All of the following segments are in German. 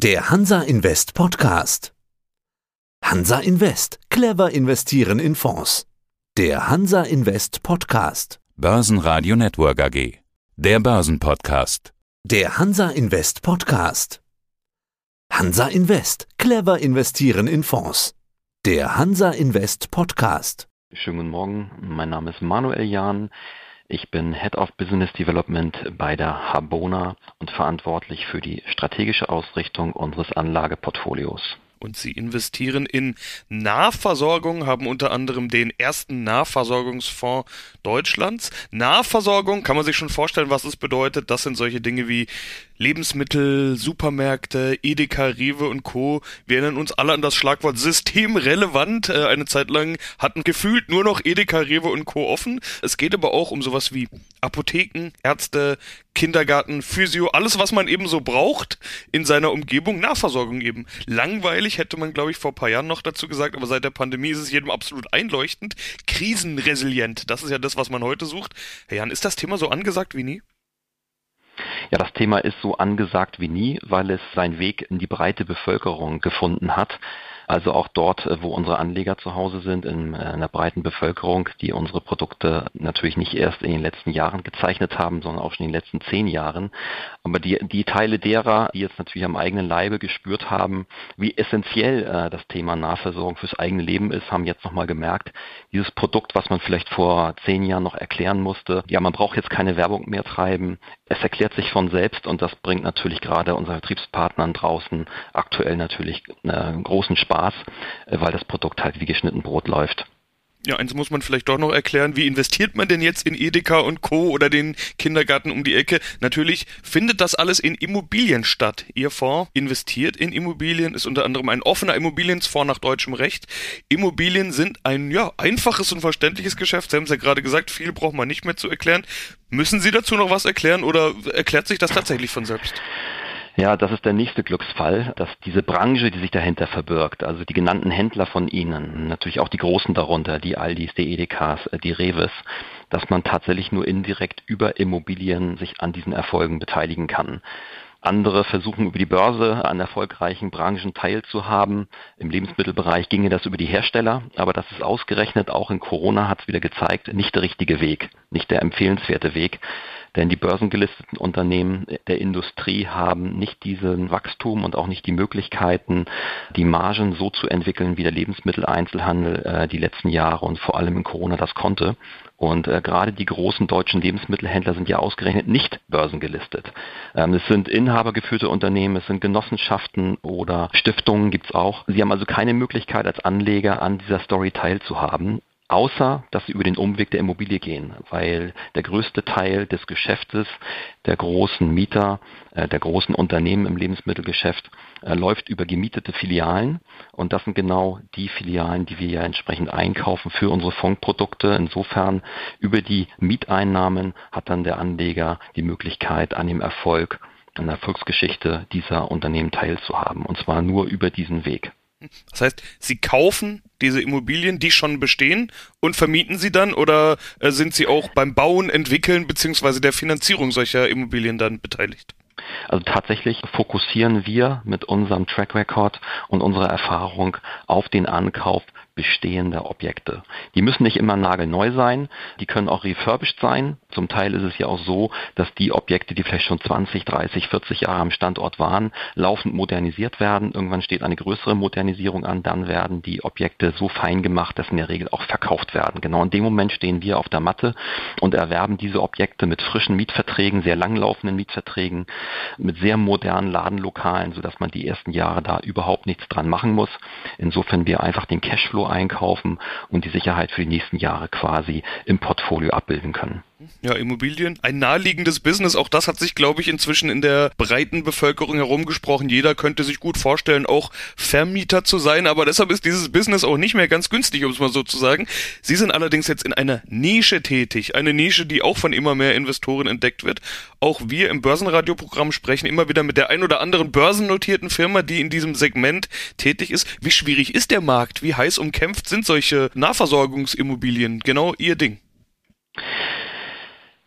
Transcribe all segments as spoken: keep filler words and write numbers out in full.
Der Hansa Invest Podcast. Hansa Invest. Clever investieren in Fonds. Der Hansa Invest Podcast. Börsenradio Network A G. Der Börsenpodcast. Der Hansa Invest Podcast. Hansa Invest. Clever investieren in Fonds. Der Hansa Invest Podcast. Schönen guten Morgen, mein Name ist Manuel Jahn. Ich bin Head of Business Development bei der Habona und verantwortlich für die strategische Ausrichtung unseres Anlageportfolios. Und Sie investieren in Nahversorgung, haben unter anderem den ersten Nahversorgungsfonds Deutschlands. Nahversorgung, kann man sich schon vorstellen, was es bedeutet. Das sind solche Dinge wie Lebensmittel, Supermärkte, Edeka, Rewe und Co. Wir erinnern uns alle an das Schlagwort systemrelevant. Äh, eine Zeit lang hatten gefühlt nur noch Edeka, Rewe und Co. offen. Es geht aber auch um sowas wie Apotheken, Ärzte, Kindergarten, Physio, alles, was man eben so braucht in seiner Umgebung. Nahversorgung eben. Langweilig hätte man, glaube ich, vor ein paar Jahren noch dazu gesagt, aber seit der Pandemie ist es jedem absolut einleuchtend. Krisenresilient, das ist ja das, was man heute sucht. Herr Jahn, ist das Thema so angesagt wie nie? Ja, das Thema ist so angesagt wie nie, weil es seinen Weg in die breite Bevölkerung gefunden hat. Also auch dort, wo unsere Anleger zu Hause sind, in einer breiten Bevölkerung, die unsere Produkte natürlich nicht erst in den letzten Jahren gezeichnet haben, sondern auch schon in den letzten zehn Jahren. Aber die, die Teile derer, die jetzt natürlich am eigenen Leibe gespürt haben, wie essentiell äh, das Thema Nahversorgung fürs eigene Leben ist, haben jetzt nochmal gemerkt, dieses Produkt, was man vielleicht vor zehn Jahren noch erklären musste, ja, man braucht jetzt keine Werbung mehr treiben. Es erklärt sich von selbst und das bringt natürlich gerade unseren Vertriebspartnern draußen aktuell natürlich einen großen Spaß, weil das Produkt halt wie geschnitten Brot läuft. Ja, eins muss man vielleicht doch noch erklären, wie investiert man denn jetzt in Edeka und Co. oder den Kindergarten um die Ecke? Natürlich findet das alles in Immobilien statt. Ihr Fonds investiert in Immobilien, ist unter anderem ein offener Immobilienfonds nach deutschem Recht. Immobilien sind ein ja einfaches und verständliches Geschäft. Sie haben es ja gerade gesagt, viel braucht man nicht mehr zu erklären. Müssen Sie dazu noch was erklären oder erklärt sich das tatsächlich von selbst? Ja, das ist der nächste Glücksfall, dass diese Branche, die sich dahinter verbirgt, also die genannten Händler von Ihnen, natürlich auch die Großen darunter, die Aldis, die Edekas, die Reves, dass man tatsächlich nur indirekt über Immobilien sich an diesen Erfolgen beteiligen kann. Andere versuchen über die Börse an erfolgreichen Branchen teilzuhaben. Im Lebensmittelbereich ginge das über die Hersteller, aber das ist ausgerechnet, auch in Corona hat es wieder gezeigt, nicht der richtige Weg, nicht der empfehlenswerte Weg. Denn die börsengelisteten Unternehmen der Industrie haben nicht diesen Wachstum und auch nicht die Möglichkeiten, die Margen so zu entwickeln, wie der Lebensmitteleinzelhandel äh, die letzten Jahre und vor allem in Corona das konnte. Und äh, gerade die großen deutschen Lebensmittelhändler sind ja ausgerechnet nicht börsengelistet. Ähm, es sind inhabergeführte Unternehmen, es sind Genossenschaften oder Stiftungen gibt's auch. Sie haben also keine Möglichkeit als Anleger an dieser Story teilzuhaben, außer dass sie über den Umweg der Immobilie gehen, weil der größte Teil des Geschäftes der großen Mieter, äh, der großen Unternehmen im Lebensmittelgeschäft äh, läuft über gemietete Filialen und das sind genau die Filialen, die wir ja entsprechend einkaufen für unsere Fondsprodukte. Insofern über die Mieteinnahmen hat dann der Anleger die Möglichkeit, an dem Erfolg, an der Erfolgsgeschichte dieser Unternehmen teilzuhaben und zwar nur über diesen Weg. Das heißt, Sie kaufen diese Immobilien, die schon bestehen und vermieten sie dann oder äh, sind Sie auch beim Bauen, Entwickeln bzw. der Finanzierung solcher Immobilien dann beteiligt? Also tatsächlich fokussieren wir mit unserem Track Record und unserer Erfahrung auf den Ankauf bestehender Objekte. Die müssen nicht immer nagelneu sein, die können auch refurbished sein. Zum Teil ist es ja auch so, dass die Objekte, die vielleicht schon zwanzig, dreißig, vierzig Jahre am Standort waren, laufend modernisiert werden. Irgendwann steht eine größere Modernisierung an, dann werden die Objekte so fein gemacht, dass in der Regel auch verkauft werden. Genau in dem Moment stehen wir auf der Matte und erwerben diese Objekte mit frischen Mietverträgen, sehr langlaufenden Mietverträgen, mit sehr modernen Ladenlokalen, sodass man die ersten Jahre da überhaupt nichts dran machen muss. Insofern wir einfach den Cashflow einkaufen und die Sicherheit für die nächsten Jahre quasi im Portfolio abbilden können. Ja, Immobilien, ein naheliegendes Business, auch das hat sich, glaube ich, inzwischen in der breiten Bevölkerung herumgesprochen. Jeder könnte sich gut vorstellen, auch Vermieter zu sein, aber deshalb ist dieses Business auch nicht mehr ganz günstig, um es mal so zu sagen. Sie sind allerdings jetzt in einer Nische tätig, eine Nische, die auch von immer mehr Investoren entdeckt wird. Auch wir im Börsenradioprogramm sprechen immer wieder mit der ein oder anderen börsennotierten Firma, die in diesem Segment tätig ist. Wie schwierig ist der Markt? Wie heiß umkämpft sind solche Nahversorgungsimmobilien? Genau Ihr Ding.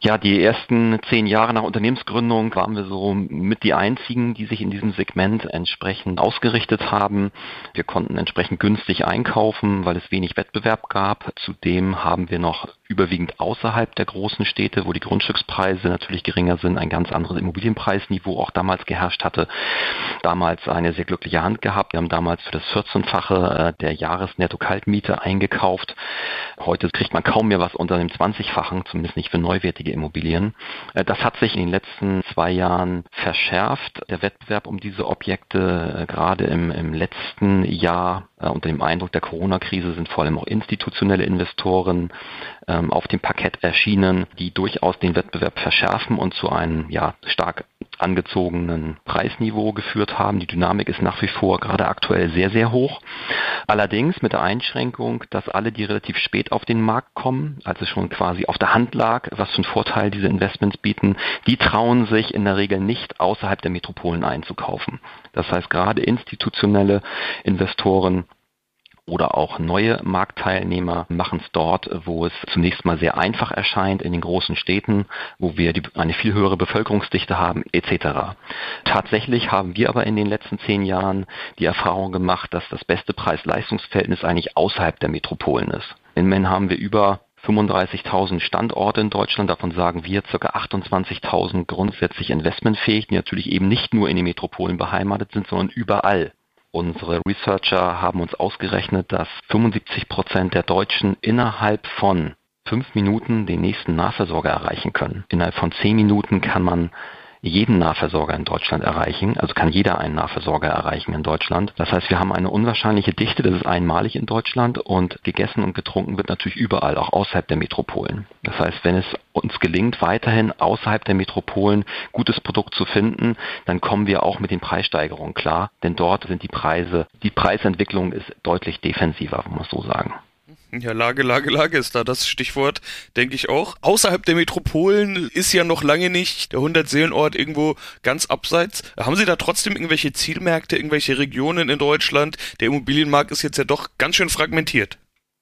Ja, die ersten zehn Jahre nach Unternehmensgründung waren wir so mit die einzigen, die sich in diesem Segment entsprechend ausgerichtet haben. Wir konnten entsprechend günstig einkaufen, weil es wenig Wettbewerb gab. Zudem haben wir noch überwiegend außerhalb der großen Städte, wo die Grundstückspreise natürlich geringer sind, ein ganz anderes Immobilienpreisniveau auch damals geherrscht hatte. Damals eine sehr glückliche Hand gehabt. Wir haben damals für das vierzehnfache der Jahresnetto-Kaltmiete eingekauft. Heute kriegt man kaum mehr was unter dem zwanzigfachen, zumindest nicht für neuwertige Immobilien. Das hat sich in den letzten zwei Jahren verschärft. Der Wettbewerb um diese Objekte, gerade im, im letzten Jahr, unter dem Eindruck der Corona-Krise sind vor allem auch institutionelle Investoren ähm, auf dem Parkett erschienen, die durchaus den Wettbewerb verschärfen und zu einem ja stark angezogenen Preisniveau geführt haben. Die Dynamik ist nach wie vor gerade aktuell sehr, sehr hoch. Allerdings mit der Einschränkung, dass alle, die relativ spät auf den Markt kommen, also schon quasi auf der Hand lag, was für einen Vorteil diese Investments bieten, die trauen sich in der Regel nicht außerhalb der Metropolen einzukaufen. Das heißt, gerade institutionelle Investoren oder auch neue Marktteilnehmer machen es dort, wo es zunächst mal sehr einfach erscheint, in den großen Städten, wo wir die, eine viel höhere Bevölkerungsdichte haben, et cetera. Tatsächlich haben wir aber in den letzten zehn Jahren die Erfahrung gemacht, dass das beste Preis-Leistungs-Verhältnis eigentlich außerhalb der Metropolen ist. Immerhin haben wir über fünfunddreißigtausend Standorte in Deutschland, davon sagen wir ca. achtundzwanzigtausend grundsätzlich investmentfähig, die natürlich eben nicht nur in den Metropolen beheimatet sind, sondern überall. Unsere Researcher haben uns ausgerechnet, dass fünfundsiebzig Prozent der Deutschen innerhalb von fünf Minuten den nächsten Nahversorger erreichen können. Innerhalb von zehn Minuten kann man jeden Nahversorger in Deutschland erreichen, also kann jeder einen Nahversorger erreichen in Deutschland. Das heißt, wir haben eine unwahrscheinliche Dichte, das ist einmalig in Deutschland und gegessen und getrunken wird natürlich überall, auch außerhalb der Metropolen. Das heißt, wenn es uns gelingt, weiterhin außerhalb der Metropolen gutes Produkt zu finden, dann kommen wir auch mit den Preissteigerungen klar, denn dort sind die Preise, die Preisentwicklung ist deutlich defensiver, muss man so sagen. Ja, Lage, Lage, Lage ist da das Stichwort, denke ich auch. Außerhalb der Metropolen ist ja noch lange nicht der hundert-Seelen-Ort irgendwo ganz abseits. Haben Sie da trotzdem irgendwelche Zielmärkte, irgendwelche Regionen in Deutschland? Der Immobilienmarkt ist jetzt ja doch ganz schön fragmentiert.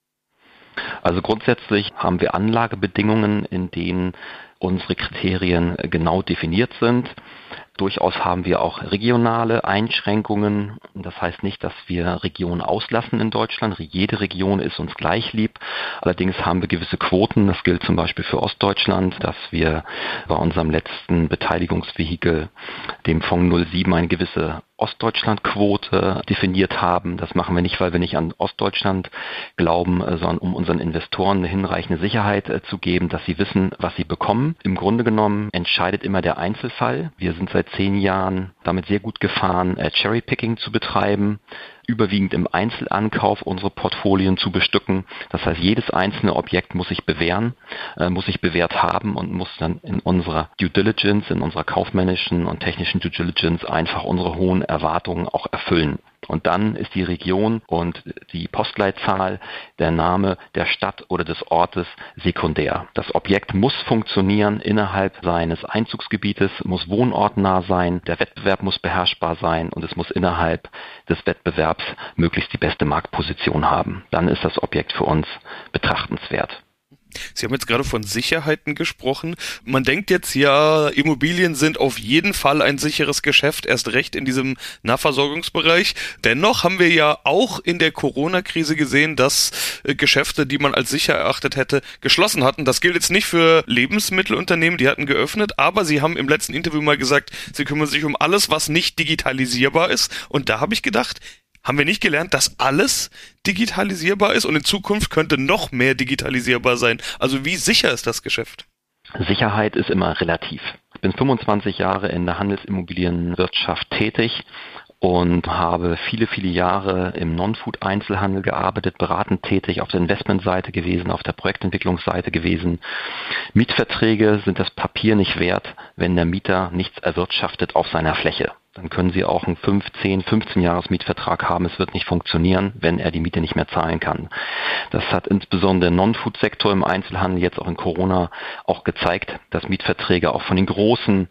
Also grundsätzlich haben wir Anlagebedingungen, in denen unsere Kriterien genau definiert sind. Durchaus haben wir auch regionale Einschränkungen. Das heißt nicht, dass wir Regionen auslassen in Deutschland. Jede Region ist uns gleich lieb. Allerdings haben wir gewisse Quoten. Das gilt zum Beispiel für Ostdeutschland, dass wir bei unserem letzten Beteiligungsvehikel, dem Fonds null sieben, eine gewisse Ostdeutschland-Quote definiert haben. Das machen wir nicht, weil wir nicht an Ostdeutschland glauben, sondern um unseren Investoren eine hinreichende Sicherheit zu geben, dass sie wissen, was sie bekommen. Im Grunde genommen entscheidet immer der Einzelfall. Wir sind seit zehn Jahren damit sehr gut gefahren, Cherrypicking zu betreiben, überwiegend im Einzelankauf unsere Portfolien zu bestücken. Das heißt, jedes einzelne Objekt muss sich bewähren, äh, muss sich bewährt haben und muss dann in unserer Due Diligence, in unserer kaufmännischen und technischen Due Diligence einfach unsere hohen Erwartungen auch erfüllen. Und dann ist die Region und die Postleitzahl, der Name der Stadt oder des Ortes sekundär. Das Objekt muss funktionieren innerhalb seines Einzugsgebietes, muss wohnortnah sein, der Wettbewerb muss beherrschbar sein und es muss innerhalb des Wettbewerbs möglichst die beste Marktposition haben. Dann ist das Objekt für uns betrachtenswert. Sie haben jetzt gerade von Sicherheiten gesprochen. Man denkt jetzt ja, Immobilien sind auf jeden Fall ein sicheres Geschäft, erst recht in diesem Nahversorgungsbereich. Dennoch haben wir ja auch in der Corona-Krise gesehen, dass äh, Geschäfte, die man als sicher erachtet hätte, geschlossen hatten. Das gilt jetzt nicht für Lebensmittelunternehmen, die hatten geöffnet, aber Sie haben im letzten Interview mal gesagt, Sie kümmern sich um alles, was nicht digitalisierbar ist. Und da habe ich gedacht, haben wir nicht gelernt, dass alles digitalisierbar ist und in Zukunft könnte noch mehr digitalisierbar sein? Also wie sicher ist das Geschäft? Sicherheit ist immer relativ. Ich bin fünfundzwanzig Jahre in der Handelsimmobilienwirtschaft tätig und habe viele, viele Jahre im Non-Food-Einzelhandel gearbeitet, beratend tätig, auf der Investmentseite gewesen, auf der Projektentwicklungsseite gewesen. Mietverträge sind das Papier nicht wert, wenn der Mieter nichts erwirtschaftet auf seiner Fläche. Dann können Sie auch einen fünf, zehn, fünfzehn Jahres Mietvertrag haben. Es wird nicht funktionieren, wenn er die Miete nicht mehr zahlen kann. Das hat insbesondere der Non-Food-Sektor im Einzelhandel jetzt auch in Corona auch gezeigt, dass Mietverträge auch von den großen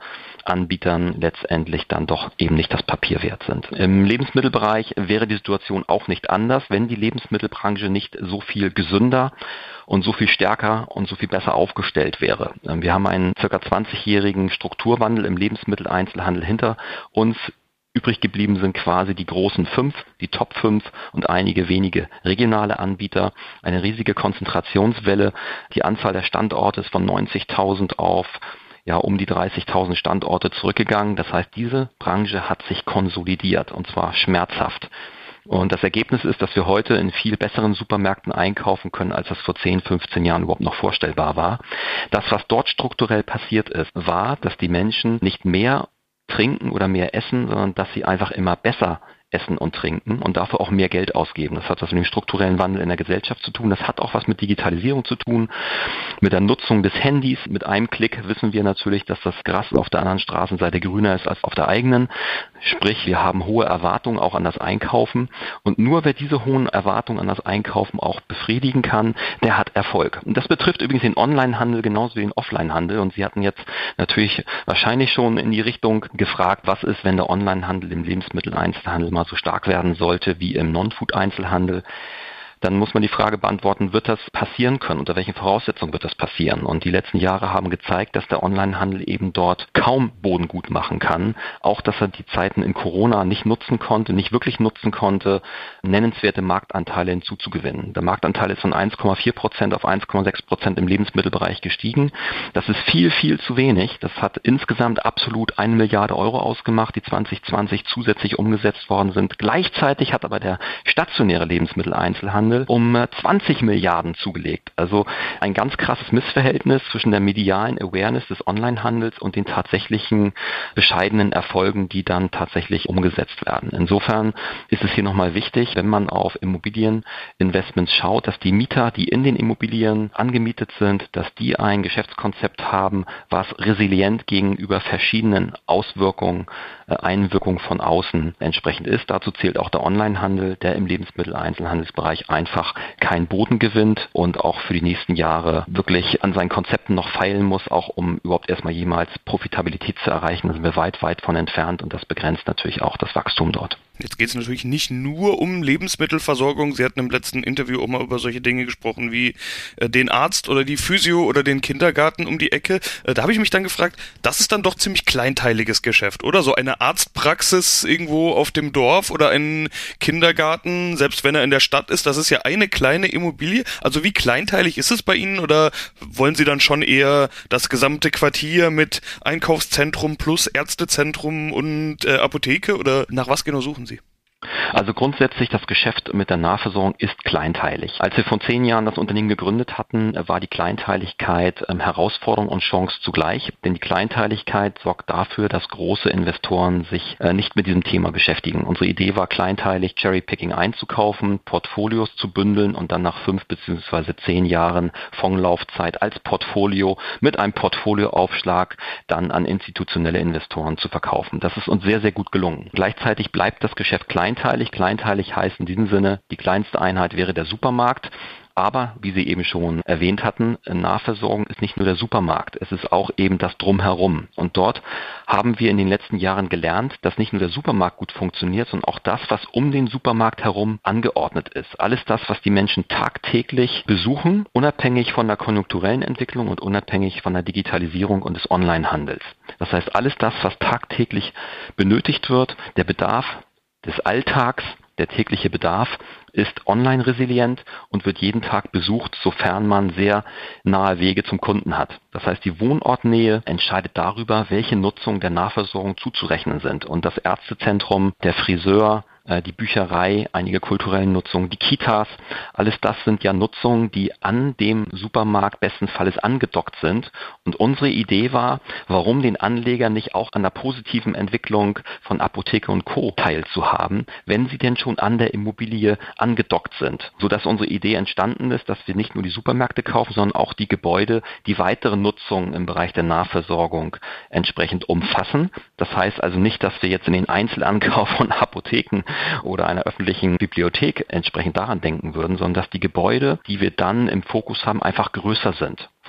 Anbietern letztendlich dann doch eben nicht das Papier wert sind. Im Lebensmittelbereich wäre die Situation auch nicht anders, wenn die Lebensmittelbranche nicht so viel gesünder und so viel stärker und so viel besser aufgestellt wäre. Wir haben einen circa zwanzigjährigen Strukturwandel im Lebensmitteleinzelhandel hinter uns. Übrig geblieben sind quasi die großen fünf, die Top fünf und einige wenige regionale Anbieter. Eine riesige Konzentrationswelle. Die Anzahl der Standorte ist von neunzigtausend auf ja um die dreißigtausend Standorte zurückgegangen. Das heißt, diese Branche hat sich konsolidiert und zwar schmerzhaft. Und das Ergebnis ist, dass wir heute in viel besseren Supermärkten einkaufen können, als das vor zehn, fünfzehn Jahren überhaupt noch vorstellbar war. Das, was dort strukturell passiert ist, war, dass die Menschen nicht mehr trinken oder mehr essen, sondern dass sie einfach immer besser essen und trinken und dafür auch mehr Geld ausgeben. Das hat was mit dem strukturellen Wandel in der Gesellschaft zu tun. Das hat auch was mit Digitalisierung zu tun, mit der Nutzung des Handys. Mit einem Klick wissen wir natürlich, dass das Gras auf der anderen Straßenseite grüner ist als auf der eigenen. Sprich, wir haben hohe Erwartungen auch an das Einkaufen. Und nur wer diese hohen Erwartungen an das Einkaufen auch befriedigen kann, der hat Erfolg. Und das betrifft übrigens den Onlinehandel genauso wie den Offlinehandel. Und Sie hatten jetzt natürlich wahrscheinlich schon in die Richtung gefragt, was ist, wenn der Onlinehandel im Lebensmitteleinzelhandel mal so stark werden sollte wie im Non-Food-Einzelhandel. Dann muss man die Frage beantworten, wird das passieren können? Unter welchen Voraussetzungen wird das passieren? Und die letzten Jahre haben gezeigt, dass der Onlinehandel eben dort kaum Boden gut machen kann. Auch, dass er die Zeiten in Corona nicht nutzen konnte, nicht wirklich nutzen konnte, nennenswerte Marktanteile hinzuzugewinnen. Der Marktanteil ist von eins Komma vier Prozent auf eins Komma sechs Prozent im Lebensmittelbereich gestiegen. Das ist viel, viel zu wenig. Das hat insgesamt absolut eine Milliarde Euro ausgemacht, die zwanzig zwanzig zusätzlich umgesetzt worden sind. Gleichzeitig hat aber der stationäre Lebensmitteleinzelhandel um zwanzig Milliarden zugelegt. Also ein ganz krasses Missverhältnis zwischen der medialen Awareness des Onlinehandels und den tatsächlichen bescheidenen Erfolgen, die dann tatsächlich umgesetzt werden. Insofern ist es hier nochmal wichtig, wenn man auf Immobilieninvestments schaut, dass die Mieter, die in den Immobilien angemietet sind, dass die ein Geschäftskonzept haben, was resilient gegenüber verschiedenen Auswirkungen, Einwirkungen von außen entsprechend ist. Dazu zählt auch der Onlinehandel, der im Lebensmitteleinzelhandelsbereich einfach keinen Boden gewinnt und auch für die nächsten Jahre wirklich an seinen Konzepten noch feilen muss, auch um überhaupt erstmal jemals Profitabilität zu erreichen. Da sind wir weit, weit von entfernt und das begrenzt natürlich auch das Wachstum dort. Jetzt geht es natürlich nicht nur um Lebensmittelversorgung. Sie hatten im letzten Interview auch mal über solche Dinge gesprochen wie äh, den Arzt oder die Physio oder den Kindergarten um die Ecke. Äh, da habe ich mich dann gefragt, das ist dann doch ziemlich kleinteiliges Geschäft, oder? So eine Arztpraxis irgendwo auf dem Dorf oder ein Kindergarten, selbst wenn er in der Stadt ist, das ist ja eine kleine Immobilie. Also wie kleinteilig ist es bei Ihnen oder wollen Sie dann schon eher das gesamte Quartier mit Einkaufszentrum plus Ärztezentrum und äh, Apotheke oder nach was genau suchen Sie? Also grundsätzlich, das Geschäft mit der Nahversorgung ist kleinteilig. Als wir vor zehn Jahren das Unternehmen gegründet hatten, war die Kleinteiligkeit ähm, Herausforderung und Chance zugleich. Denn die Kleinteiligkeit sorgt dafür, dass große Investoren sich äh, nicht mit diesem Thema beschäftigen. Unsere Idee war, kleinteilig Cherry-Picking einzukaufen, Portfolios zu bündeln und dann nach fünf beziehungsweise zehn Jahren Fondslaufzeit als Portfolio mit einem Portfolioaufschlag dann an institutionelle Investoren zu verkaufen. Das ist uns sehr, sehr gut gelungen. Gleichzeitig bleibt das Geschäft kleinteilig. Kleinteilig heißt in diesem Sinne, die kleinste Einheit wäre der Supermarkt. Aber, wie Sie eben schon erwähnt hatten, Nahversorgung ist nicht nur der Supermarkt, es ist auch eben das Drumherum. Und dort haben wir in den letzten Jahren gelernt, dass nicht nur der Supermarkt gut funktioniert, sondern auch das, was um den Supermarkt herum angeordnet ist. Alles das, was die Menschen tagtäglich besuchen, unabhängig von der konjunkturellen Entwicklung und unabhängig von der Digitalisierung und des Onlinehandels. Das heißt, alles das, was tagtäglich benötigt wird, der Bedarf des Alltags, der tägliche Bedarf, ist online resilient und wird jeden Tag besucht, sofern man sehr nahe Wege zum Kunden hat. Das heißt, die Wohnortnähe entscheidet darüber, welche Nutzung der Nahversorgung zuzurechnen sind. Und das Ärztezentrum, der Friseur, die Bücherei, einige kulturellen Nutzungen, die Kitas, alles das sind ja Nutzungen, die an dem Supermarkt bestenfalls angedockt sind. Und unsere Idee war, warum den Anlegern nicht auch an der positiven Entwicklung von Apotheke und Co. teilzuhaben, wenn sie denn schon an der Immobilie angedockt sind. Sodass unsere Idee entstanden ist, dass wir nicht nur die Supermärkte kaufen, sondern auch die Gebäude, die weitere Nutzungen im Bereich der Nahversorgung entsprechend umfassen. Das heißt also nicht, dass wir jetzt in den Einzelankauf von Apotheken oder einer öffentlichen Bibliothek entsprechend daran denken würden, sondern dass die Gebäude, die wir dann im Fokus haben, einfach größer sind.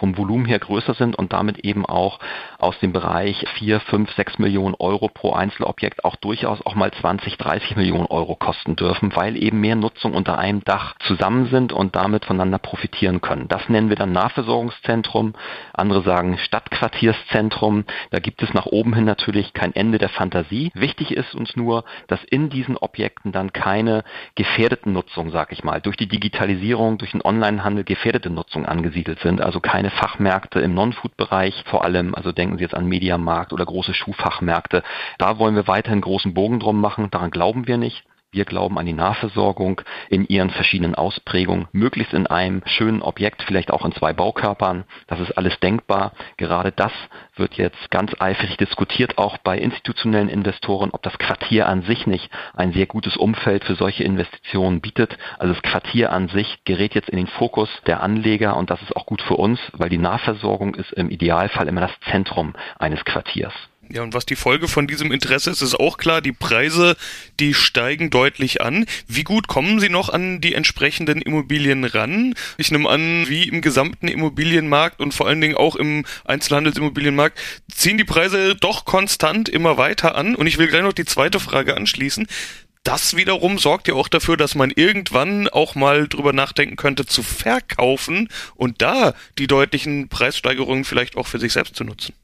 vom Volumen her größer sind und damit eben auch aus dem Bereich vier, fünf, sechs Millionen Euro pro Einzelobjekt auch durchaus auch mal zwanzig, dreißig Millionen Euro kosten dürfen, weil eben mehr Nutzung unter einem Dach zusammen sind und damit voneinander profitieren können. Das nennen wir dann Nahversorgungszentrum. Andere sagen Stadtquartierszentrum. Da gibt es nach oben hin natürlich kein Ende der Fantasie. Wichtig ist uns nur, dass in diesen Objekten dann keine gefährdeten Nutzungen, sag ich mal, durch die Digitalisierung, durch den Onlinehandel gefährdete Nutzungen angesiedelt sind. Also keine Fachmärkte im Non-Food-Bereich vor allem. Also denken Sie jetzt an Mediamarkt oder große Schuhfachmärkte. Da wollen wir weiterhin großen Bogen drum machen. Daran glauben wir nicht. Wir glauben an die Nahversorgung in ihren verschiedenen Ausprägungen, möglichst in einem schönen Objekt, vielleicht auch in zwei Baukörpern. Das ist alles denkbar. Gerade das wird jetzt ganz eifrig diskutiert, auch bei institutionellen Investoren, ob das Quartier an sich nicht ein sehr gutes Umfeld für solche Investitionen bietet. Also das Quartier an sich gerät jetzt in den Fokus der Anleger und das ist auch gut für uns, weil die Nahversorgung ist im Idealfall immer das Zentrum eines Quartiers. Ja, und was die Folge von diesem Interesse ist, ist auch klar, die Preise, die steigen deutlich an. Wie gut kommen Sie noch an die entsprechenden Immobilien ran? Ich nehme an, wie im gesamten Immobilienmarkt und vor allen Dingen auch im Einzelhandelsimmobilienmarkt ziehen die Preise doch konstant immer weiter an. Und ich will gleich noch die zweite Frage anschließen. Das wiederum sorgt ja auch dafür, dass man irgendwann auch mal drüber nachdenken könnte, zu verkaufen und da die deutlichen Preissteigerungen vielleicht auch für sich selbst zu nutzen.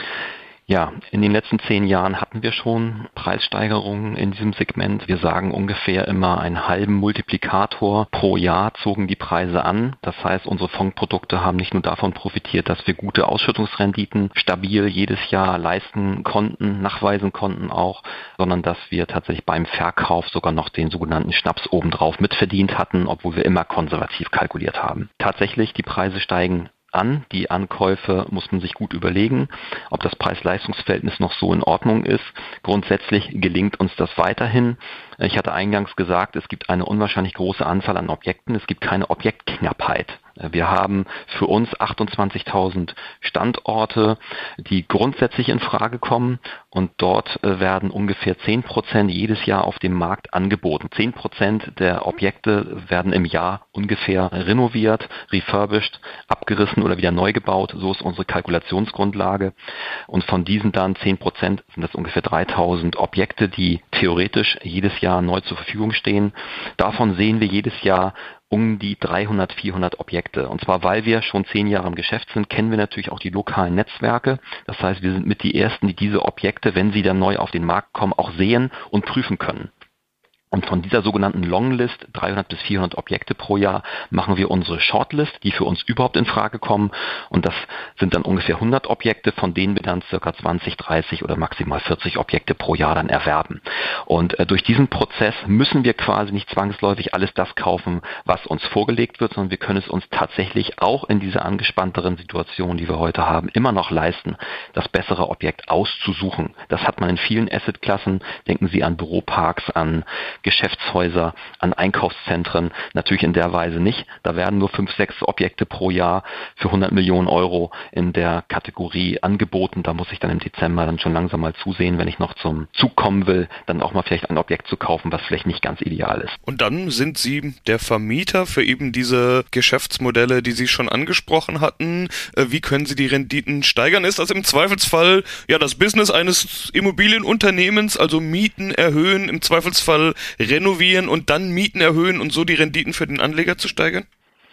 Ja, in den letzten zehn Jahren hatten wir schon Preissteigerungen in diesem Segment. Wir sagen ungefähr immer einen halben Multiplikator pro Jahr zogen die Preise an. Das heißt, unsere Fondsprodukte haben nicht nur davon profitiert, dass wir gute Ausschüttungsrenditen stabil jedes Jahr leisten konnten, nachweisen konnten auch, sondern dass wir tatsächlich beim Verkauf sogar noch den sogenannten Schnaps obendrauf mitverdient hatten, obwohl wir immer konservativ kalkuliert haben. Tatsächlich, die Preise steigen an. Die Ankäufe muss man sich gut überlegen, ob das Preis-Leistungs-Verhältnis noch so in Ordnung ist. Grundsätzlich gelingt uns das weiterhin. Ich hatte eingangs gesagt, es gibt eine unwahrscheinlich große Anzahl an Objekten. Es gibt keine Objektknappheit. Wir haben für uns achtundzwanzigtausend Standorte, die grundsätzlich in Frage kommen und dort werden ungefähr zehn Prozent jedes Jahr auf dem Markt angeboten. zehn Prozent der Objekte werden im Jahr ungefähr renoviert, refurbished, abgerissen oder wieder neu gebaut. So ist unsere Kalkulationsgrundlage. Und von diesen dann zehn Prozent sind das ungefähr dreitausend Objekte, die theoretisch jedes Jahr neu zur Verfügung stehen. Davon sehen wir jedes Jahr um die dreihundert, vierhundert Objekte. Und zwar, weil wir schon zehn Jahre im Geschäft sind, kennen wir natürlich auch die lokalen Netzwerke. Das heißt, wir sind mit die Ersten, die diese Objekte, wenn sie dann neu auf den Markt kommen, auch sehen und prüfen können. Und von dieser sogenannten Longlist, dreihundert bis vierhundert Objekte pro Jahr, machen wir unsere Shortlist, die für uns überhaupt in Frage kommen. Und das sind dann ungefähr hundert Objekte, von denen wir dann circa zwanzig, dreißig oder maximal vierzig Objekte pro Jahr dann erwerben. Und äh, durch diesen Prozess müssen wir quasi nicht zwangsläufig alles das kaufen, was uns vorgelegt wird, sondern wir können es uns tatsächlich auch in dieser angespannteren Situation, die wir heute haben, immer noch leisten, das bessere Objekt auszusuchen. Das hat man in vielen Assetklassen. Denken Sie an Büroparks, an Geschäftshäuser, an Einkaufszentren, natürlich in der Weise nicht. Da werden nur fünf, sechs Objekte pro Jahr für hundert Millionen Euro in der Kategorie angeboten. Da muss ich dann im Dezember dann schon langsam mal zusehen, wenn ich noch zum Zug kommen will, dann auch mal vielleicht ein Objekt zu kaufen, was vielleicht nicht ganz ideal ist. Und dann sind Sie der Vermieter für eben diese Geschäftsmodelle, die Sie schon angesprochen hatten. Wie können Sie die Renditen steigern? Ist das im Zweifelsfall ja das Business eines Immobilienunternehmens, also Mieten erhöhen, im Zweifelsfall renovieren und dann Mieten erhöhen und so die Renditen für den Anleger zu steigern?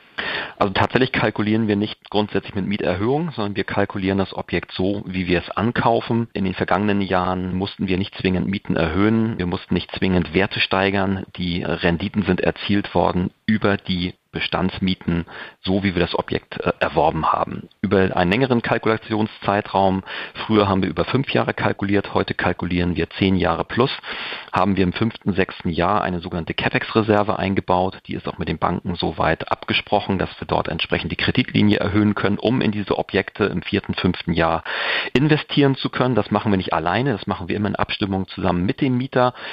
Also tatsächlich kalkulieren wir nicht grundsätzlich mit Mieterhöhung, sondern wir kalkulieren das Objekt so, wie wir es ankaufen. In den vergangenen Jahren mussten wir nicht zwingend Mieten erhöhen, wir mussten nicht zwingend Werte steigern. Die Renditen sind erzielt worden über die Bestandsmieten, so wie wir das Objekt äh, erworben haben. Über einen längeren Kalkulationszeitraum, früher haben wir über fünf Jahre kalkuliert, heute kalkulieren wir zehn Jahre plus, haben wir im fünften, sechsten Jahr eine sogenannte Capex-Reserve eingebaut. Die ist auch mit den Banken soweit abgesprochen, dass wir dort entsprechend die Kreditlinie erhöhen können, um in diese Objekte im vierten, fünften Jahr investieren zu können. Das machen wir nicht alleine, das machen wir immer in Abstimmung zusammen mit dem Mieter.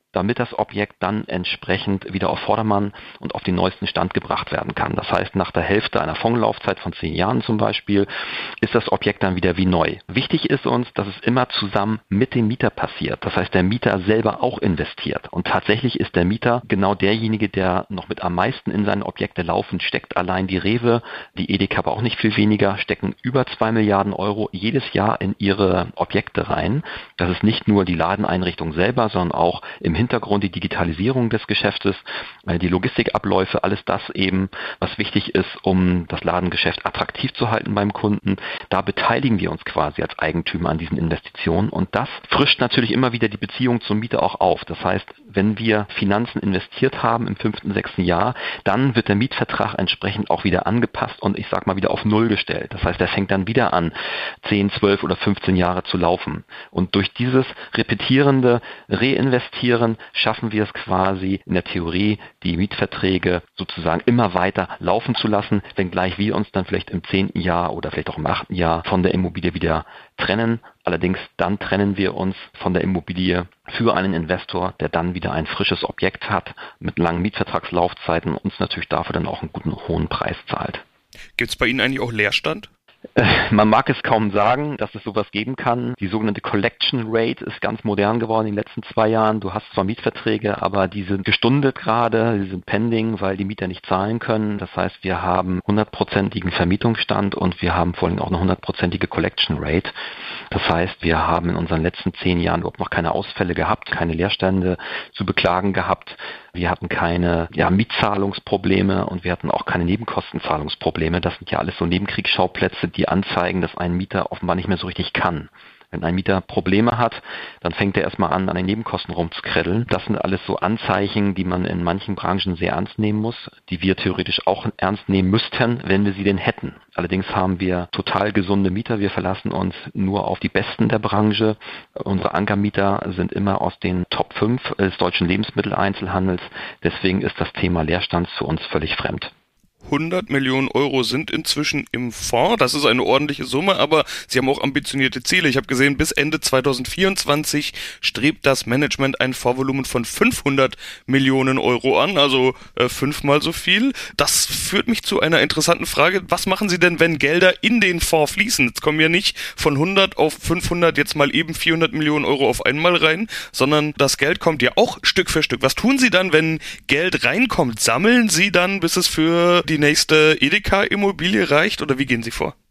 damit das Objekt dann entsprechend wieder auf Vordermann und auf den neuesten Stand gebracht werden kann. Das heißt, nach der Hälfte einer Fondslaufzeit von zehn Jahren zum Beispiel ist das Objekt dann wieder wie neu. Wichtig ist uns, dass es immer zusammen mit dem Mieter passiert. Das heißt, der Mieter selber auch investiert. Und tatsächlich ist der Mieter genau derjenige, der noch mit am meisten in seine Objekte laufen steckt. Allein die Rewe, die Edeka aber auch nicht viel weniger, stecken über zwei Milliarden Euro jedes Jahr in ihre Objekte rein. Das ist nicht nur die Ladeneinrichtung selber, sondern auch im Hintergrund die Digitalisierung des Geschäftes, die Logistikabläufe, alles das eben, was wichtig ist, um das Ladengeschäft attraktiv zu halten beim Kunden. Da beteiligen wir uns quasi als Eigentümer an diesen Investitionen und das frischt natürlich immer wieder die Beziehung zum Mieter auch auf. Das heißt, wenn wir Finanzen investiert haben im fünften, sechsten Jahr, dann wird der Mietvertrag entsprechend auch wieder angepasst und ich sag mal wieder auf Null gestellt. Das heißt, er fängt dann wieder an, zehn, zwölf oder fünfzehn Jahre zu laufen. Und durch dieses repetierende Reinvestieren schaffen wir es quasi in der Theorie, die Mietverträge sozusagen immer weiter laufen zu lassen, wenngleich wir uns dann vielleicht im zehnten Jahr oder vielleicht auch im achten Jahr von der Immobilie wieder trennen. Allerdings dann trennen wir uns von der Immobilie für einen Investor, der dann wieder ein frisches Objekt hat mit langen Mietvertragslaufzeiten und uns natürlich dafür dann auch einen guten, hohen Preis zahlt. Gibt es bei Ihnen eigentlich auch Leerstand? Man mag es kaum sagen, dass es sowas geben kann. Die sogenannte Collection Rate ist ganz modern geworden in den letzten zwei Jahren. Du hast zwar Mietverträge, aber die sind gestundet gerade, die sind pending, weil die Mieter nicht zahlen können. Das heißt, wir haben hundertprozentigen Vermietungsstand und wir haben vor allem auch eine hundertprozentige Collection Rate. Das heißt, wir haben in unseren letzten zehn Jahren überhaupt noch keine Ausfälle gehabt, keine Leerstände zu beklagen gehabt. Wir hatten keine ja, Mietzahlungsprobleme und wir hatten auch keine Nebenkostenzahlungsprobleme. Das sind ja alles so Nebenkriegsschauplätze, die anzeigen, dass ein Mieter offenbar nicht mehr so richtig kann. Wenn ein Mieter Probleme hat, dann fängt er erstmal an, an den Nebenkosten rumzukreddeln. Das sind alles so Anzeichen, die man in manchen Branchen sehr ernst nehmen muss, die wir theoretisch auch ernst nehmen müssten, wenn wir sie denn hätten. Allerdings haben wir total gesunde Mieter. Wir verlassen uns nur auf die Besten der Branche. Unsere Ankermieter sind immer aus den Top fünf des deutschen Lebensmitteleinzelhandels. Deswegen ist das Thema Leerstand für uns völlig fremd. hundert Millionen Euro sind inzwischen im Fonds. Das ist eine ordentliche Summe, aber Sie haben auch ambitionierte Ziele. Ich habe gesehen, bis Ende zweitausendvierundzwanzig strebt das Management ein Fondsvolumen von fünfhundert Millionen Euro an, also äh, fünfmal so viel. Das führt mich zu einer interessanten Frage. Was machen Sie denn, wenn Gelder in den Fonds fließen? Jetzt kommen ja nicht von hundert auf fünfhundert jetzt mal eben vierhundert Millionen Euro auf einmal rein, sondern das Geld kommt ja auch Stück für Stück. Was tun Sie dann, wenn Geld reinkommt? Sammeln Sie dann, bis es für die nächste Edeka-Immobilie reicht oder wie gehen Sie vor?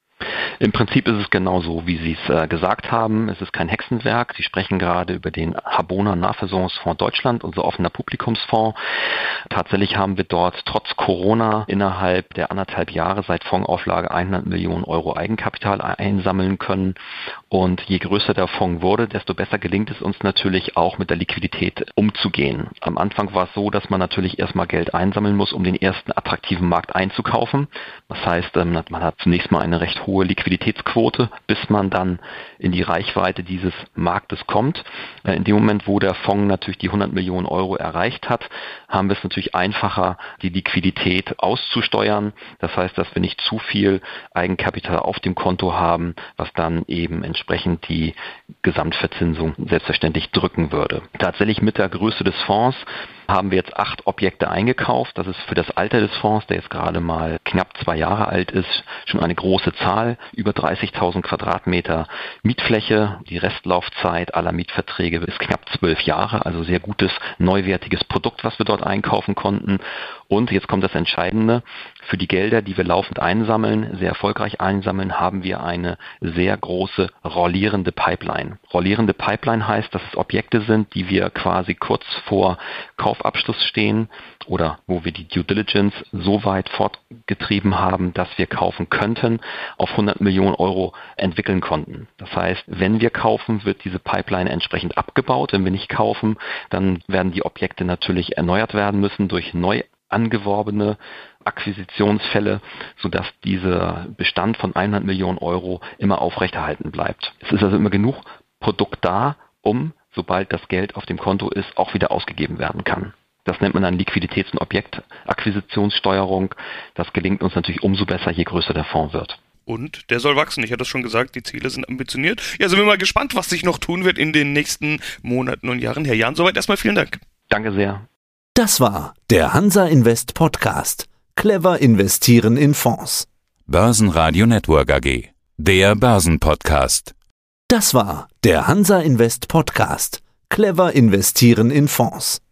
Im Prinzip ist es genauso, wie Sie es äh, gesagt haben. Es ist kein Hexenwerk. Sie sprechen gerade über den Habona Nahversorgungsfonds Deutschland, unser offener Publikumsfonds. Tatsächlich haben wir dort trotz Corona innerhalb der anderthalb Jahre seit Fondsauflage hundert Millionen Euro Eigenkapital einsammeln können. Und je größer der Fonds wurde, desto besser gelingt es uns natürlich auch mit der Liquidität umzugehen. Am Anfang war es so, dass man natürlich erstmal Geld einsammeln muss, um den ersten attraktiven Markt einzukaufen. Das heißt, man hat zunächst mal eine recht hohe Liquiditätsquote, bis man dann in die Reichweite dieses Marktes kommt. In dem Moment, wo der Fonds natürlich die hundert Millionen Euro erreicht hat, haben wir es natürlich einfacher, die Liquidität auszusteuern. Das heißt, dass wir nicht zu viel Eigenkapital auf dem Konto haben, was dann eben entsprechend die Gesamtverzinsung selbstverständlich drücken würde. Tatsächlich mit der Größe des Fonds haben wir jetzt acht Objekte eingekauft. Das ist für das Alter des Fonds, der jetzt gerade mal knapp zwei Jahre alt ist, schon eine große Zahl. Über dreißigtausend Quadratmeter Mietfläche. Die Restlaufzeit aller Mietverträge ist knapp zwölf Jahre. Also sehr gutes, neuwertiges Produkt, was wir dort einkaufen konnten. Und jetzt kommt das Entscheidende. Für die Gelder, die wir laufend einsammeln, sehr erfolgreich einsammeln, haben wir eine sehr große rollierende Pipeline. Rollierende Pipeline heißt, dass es Objekte sind, die wir quasi kurz vor Kaufabschluss stehen oder wo wir die Due Diligence so weit fortgetrieben haben, dass wir kaufen könnten, auf hundert Millionen Euro entwickeln konnten. Das heißt, wenn wir kaufen, wird diese Pipeline entsprechend abgebaut. Wenn wir nicht kaufen, dann werden die Objekte natürlich erneuert werden müssen durch neu angeworbene Akquisitionsfälle, sodass dieser Bestand von hundert Millionen Euro immer aufrechterhalten bleibt. Es ist also immer genug Produkt da, um, sobald das Geld auf dem Konto ist, auch wieder ausgegeben werden kann. Das nennt man dann Liquiditäts- und Objektakquisitionssteuerung. Das gelingt uns natürlich umso besser, je größer der Fonds wird. Und der soll wachsen. Ich hatte es schon gesagt, die Ziele sind ambitioniert. Ja, sind wir mal gespannt, was sich noch tun wird in den nächsten Monaten und Jahren. Herr Jahn, soweit erstmal vielen Dank. Danke sehr. Das war der Hansa Invest Podcast. Clever investieren in Fonds. Börsenradio Network A G. Der Börsenpodcast. Das war der Hansa Invest Podcast. Clever investieren in Fonds.